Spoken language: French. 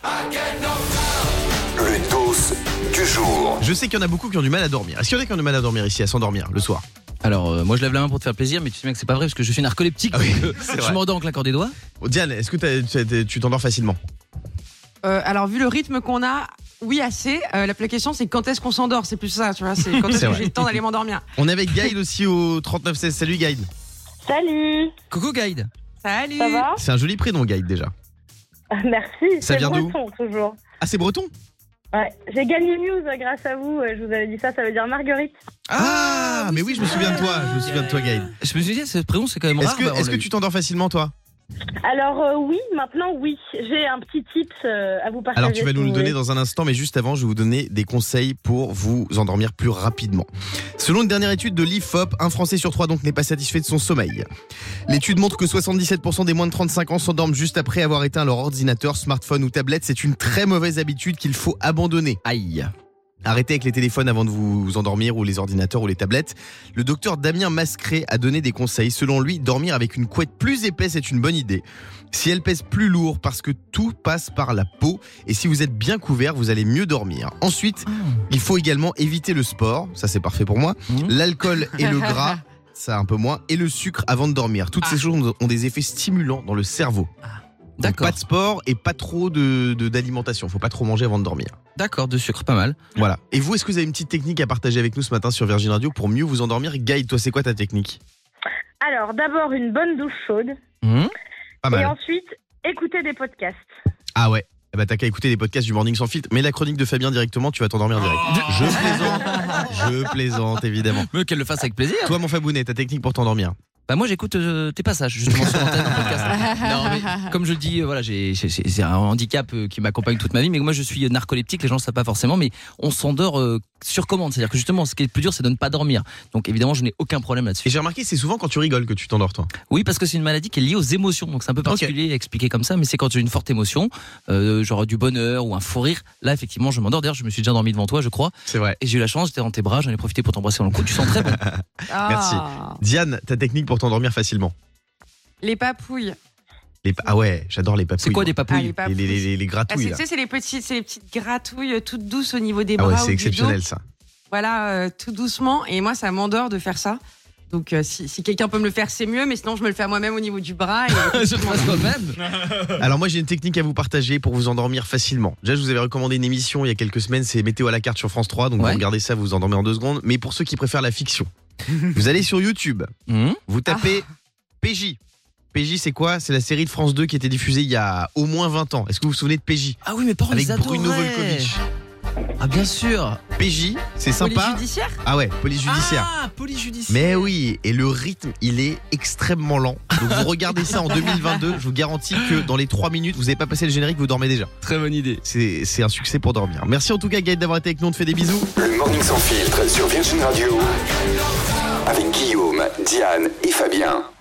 Le dos du jour. Je sais qu'il y en a beaucoup qui ont du mal à dormir. Est-ce qu'il y en a qui ont du mal à dormir ici, à s'endormir le soir? Alors, moi je lève la main pour te faire plaisir, mais tu sais bien que c'est pas vrai parce que je suis narcoleptique. Ah oui, donc, c'est je vrai. m'endors en claquant des doigts. Diane, est-ce que tu t'endors facilement? Alors, vu le rythme qu'on a, oui, assez. La question, c'est quand est-ce qu'on s'endort? C'est plus ça, tu vois. C'est quand est-ce C'est que vrai. j'ai le temps d'aller m'endormir. On est avec Guide aussi au 3916. Salut Guide. Salut, Coucou Guide. Salut. ça va? C'est un joli prénom Guide déjà. Merci, Ça c'est vient d'où? breton toujours. Ah, c'est breton? Ouais, j'ai gagné news grâce à vous, je vous avais dit ça veut dire Marguerite. Ah, mais oui, je me souviens de toi. Je me souviens de toi Guide. Je me suis dit, ce prénom c'est quand même rare. Est-ce que tu t'endors facilement toi? Alors oui, maintenant oui, j'ai un petit tips à vous partager. Alors tu vas si nous le vous donner voulez. dans un instant, mais juste avant, je vais vous donner des conseils pour vous endormir plus rapidement. Selon une dernière étude de l'IFOP, un Français sur 3 donc n'est pas satisfait de son sommeil. L'étude montre que 77% des moins de 35 ans s'endorment juste après avoir éteint leur ordinateur, smartphone ou tablette. C'est une très mauvaise habitude qu'il faut abandonner. Aïe. Arrêtez avec les téléphones avant de vous endormir ou les ordinateurs ou les tablettes. Le docteur Damien Mascret a donné des conseils. Selon lui, dormir avec une couette plus épaisse est une bonne idée. Si elle pèse plus lourd parce que tout passe par la peau et si vous êtes bien couvert, vous allez mieux dormir. Ensuite, il faut également éviter le sport, ça c'est parfait pour moi, l'alcool et le gras, ça un peu moins, et le sucre avant de dormir. Toutes ces choses ont des effets stimulants dans le cerveau. Donc, D'accord. pas de sport et pas trop d'alimentation. Faut pas trop manger avant de dormir. D'accord, de sucre, pas mal. Voilà. Et vous, est-ce que vous avez une petite technique à partager avec nous ce matin sur Virgin Radio pour mieux vous endormir? Guide, toi, c'est quoi ta technique? Alors d'abord une bonne douche chaude Pas et mal. ensuite écouter des podcasts. Ah ouais. Eh ben, t'as qu'à écouter les podcasts du Morning Sans Filtre. Mais la chronique de Fabien directement, tu vas t'endormir direct. Je plaisante, évidemment. Mais qu'elle le fasse avec plaisir. Toi, mon Fabounet, ta technique pour t'endormir? Bah moi j'écoute tes passages justement sur l'antenne en podcast. Non mais comme je le dis, voilà, c'est un handicap qui m'accompagne toute ma vie, mais moi je suis narcoleptique, les gens ne savent pas forcément, mais on s'endort sur commande, c'est-à-dire que justement ce qui est le plus dur c'est de ne pas dormir. Donc évidemment je n'ai aucun problème Et là-dessus. j'ai remarqué, c'est souvent quand tu rigoles que tu t'endors, toi. Oui, parce que c'est une maladie qui est liée aux émotions, donc c'est un peu particulier à expliquer comme ça, mais c'est quand j'ai une forte émotion, genre du bonheur ou un fou rire, là effectivement je m'endors. D'ailleurs je me suis déjà endormi devant toi je crois, C'est vrai. et j'ai eu la chance, j'étais dans tes bras, j'en ai profité pour t'embrasser dans le cou, tu sens très bon. Merci. Diane, ta technique pour t'endormir facilement? Les papouilles. Ah ouais, j'adore les papouilles. C'est quoi des Ah, papouilles les papouilles. Les Ah, gratouilles, tu là. sais, c'est les petites gratouilles toutes douces au niveau des Ah bras ouais, ou c'est du exceptionnel, dos. ça. Voilà, tout doucement. Et moi, ça m'endort de faire ça. Donc, si quelqu'un peut me le faire, c'est mieux. Mais sinon, je me le fais à moi-même au niveau du bras. Et Je te fasse toi-même. Alors moi j'ai une technique à vous partager pour vous endormir facilement. Déjà je vous avais recommandé une émission il y a quelques semaines, c'est Météo à la carte sur France 3, donc Ouais. vous regardez ça, vous vous endormez en 2 secondes. Mais pour ceux qui préfèrent la fiction, vous allez sur YouTube, vous tapez PJ. PJ c'est quoi? C'est la série de France 2 qui était diffusée il y a au moins 20 ans. Est-ce que vous vous souvenez de PJ? Ah oui, mes parents Avec les Bruno adoraient. Volkovitch. Ah bien sûr. PJ, c'est police sympa. judiciaire. Ah ouais, police judiciaire. Ah, police judiciaire. Mais oui, et le rythme, il est extrêmement lent. Donc vous regardez ça en 2022, je vous garantis que dans les 3 minutes, vous n'avez pas passé le générique, vous dormez déjà. Très bonne idée. C'est un succès pour dormir. Merci en tout cas Gaël d'avoir été avec nous, on te fait des bisous. Le Morning Sans Filtre sur Virgin Radio avec Guillaume, Diane et Fabien.